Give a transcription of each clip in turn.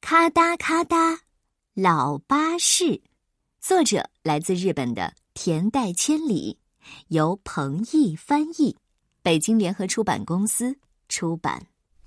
咔哒咔哒，老巴士，作者来自日本的田代千里，由彭毅翻译，北京联合出版公司出版。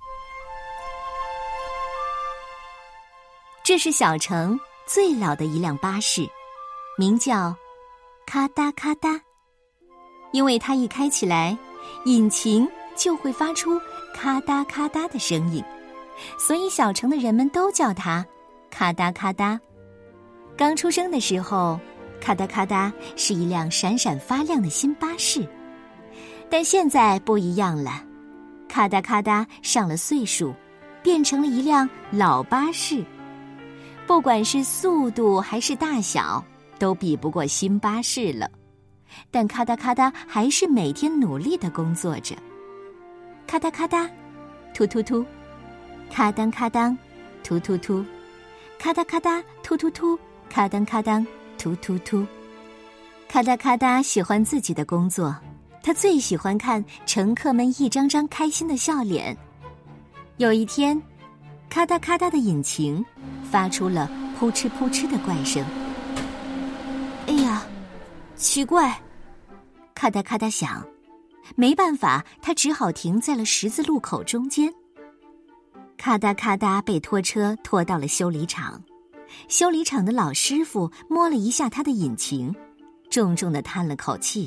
这是小城最老的一辆巴士，名叫咔哒咔哒，因为它一开起来，引擎就会发出咔哒咔哒的声音，所以小城的人们都叫它咔哒咔哒。刚出生的时候，咔哒咔哒是一辆闪闪发亮的新巴士，但现在不一样了，咔哒咔哒上了岁数，变成了一辆老巴士。不管是速度还是大小，都比不过新巴士了。但咔哒咔哒还是每天努力地工作着。咔哒咔哒，突突突，咔当咔当，突突突，咔哒咔哒，突突突，咔当咔当，突突突。咔哒咔哒喜欢自己的工作，他最喜欢看乘客们一张张开心的笑脸。有一天，咔哒咔哒的引擎发出了扑哧扑哧的怪声。哎呀，奇怪，咔哒咔哒想，没办法，他只好停在了十字路口中间。咔哒咔哒被拖车拖到了修理厂，修理厂的老师傅摸了一下他的引擎，重重地叹了口气。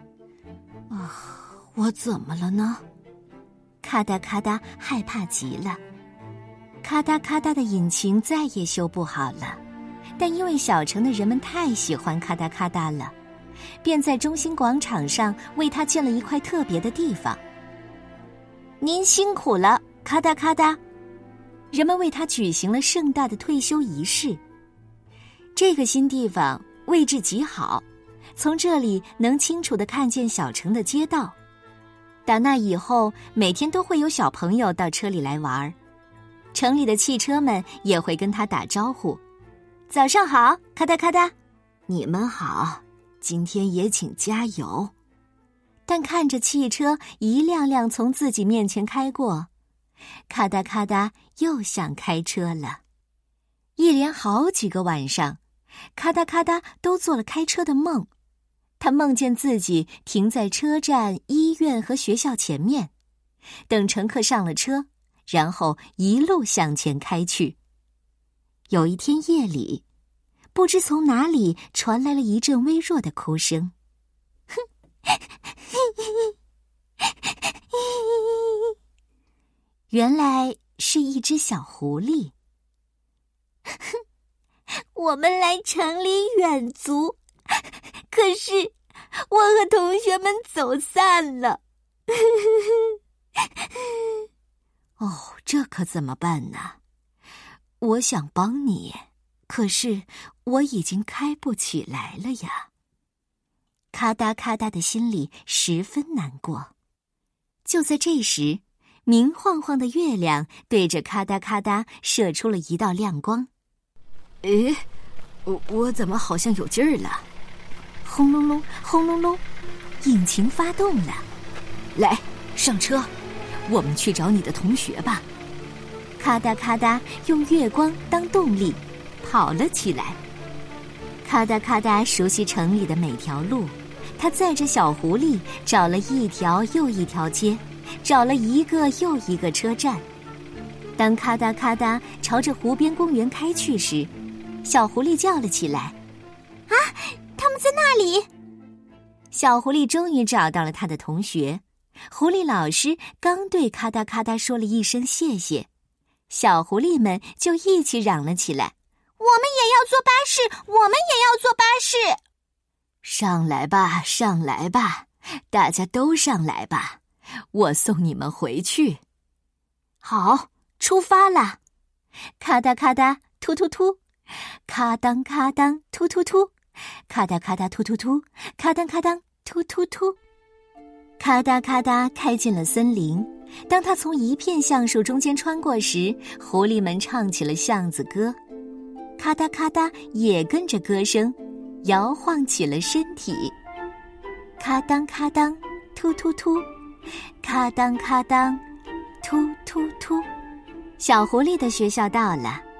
我怎么了呢？咔哒咔哒害怕极了。咔哒咔哒的引擎再也修不好了，但因为小城的人们太喜欢咔哒咔哒了，便在中心广场上为他建了一块特别的地方。您辛苦了，咔哒咔哒！人们为他举行了盛大的退休仪式。这个新地方位置极好，从这里能清楚地看见小城的街道。打那以后，每天都会有小朋友到车里来玩，城里的汽车们也会跟他打招呼。早上好，咔哒咔哒！你们好，今天也请加油。但看着汽车一辆辆从自己面前开过，咔哒咔哒又想开车了。一连好几个晚上，咔哒咔哒都做了开车的梦。他梦见自己停在车站、医院和学校前面，等乘客上了车，然后一路向前开去。有一天夜里，不知从哪里传来了一阵微弱的哭声。原来是一只小狐狸。 我们来城里远足，可是我和同学们走散了。 这可怎么办呢？我想帮你，可是我已经开不起来了呀。咔哒咔哒的心里十分难过。就在这时，明晃晃的月亮对着咔哒咔哒射出了一道亮光。我怎么好像有劲儿了？轰隆隆，轰隆隆，引擎发动了。来，上车，我们去找你的同学吧。咔哒咔哒用月光当动力，跑了起来。咔哒咔哒熟悉城里的每条路，他载着小狐狸找了一条又一条街，找了一个又一个车站。当咔哒咔哒朝着湖边公园开去时，小狐狸叫了起来： 啊，他们在那里！ 小狐狸终于找到了他的同学。狐狸老师刚对咔哒咔哒说了一声谢谢，小狐狸们就一起嚷了起来： 我们也要坐巴士，我们也要坐巴士！ 上来吧，上来吧，大家都上来吧，我送你们回去。好，出发啦！咔哒咔哒，突突突，咔当咔当，突突突，咔哒咔哒，突突突，咔当咔当，突突突。咔哒咔哒开进了森林。当他从一片橡树中间穿过时，狐狸们唱起了巷子歌。咔哒咔哒也跟着歌声摇晃起了身体。咔当咔当，突突突，咔当咔当，突突突。小狐狸的学校到了，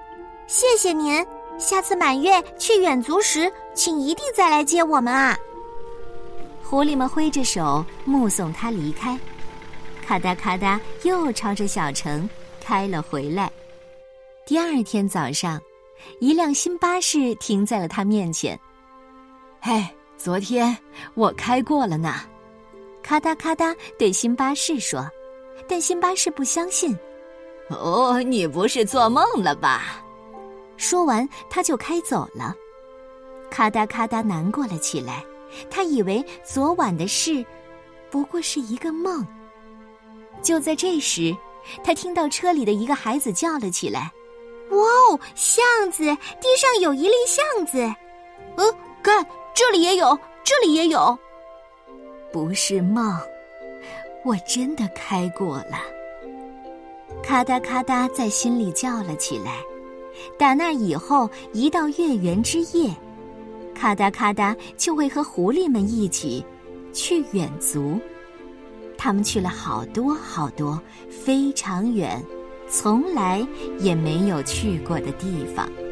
谢谢您，下次满月去远足时，请一定再来接我们啊！ 狐狸们挥着手目送他离开，咔嗒咔嗒又朝着小城开了回来。第二天早上，一辆新巴士停在了他面前。嘿，昨天我开过了呢，咔嗒咔嗒对新巴士说，但新巴士不相信。哦，你不是做梦了吧？说完他就开走了。咔嗒咔嗒难过了起来，他以为昨晚的事不过是一个梦。就在这时，他听到车里的一个孩子叫了起来： 哇哦，巷子，地上有一粒巷子。看，这里也有，这里也有。 不是梦，我真的开过了。咔嗒咔嗒在心里叫了起来。打那以后，一到月圆之夜，咔嗒咔嗒就会和狐狸们一起去远足。他们去了好多好多非常远，从来也没有去过的地方。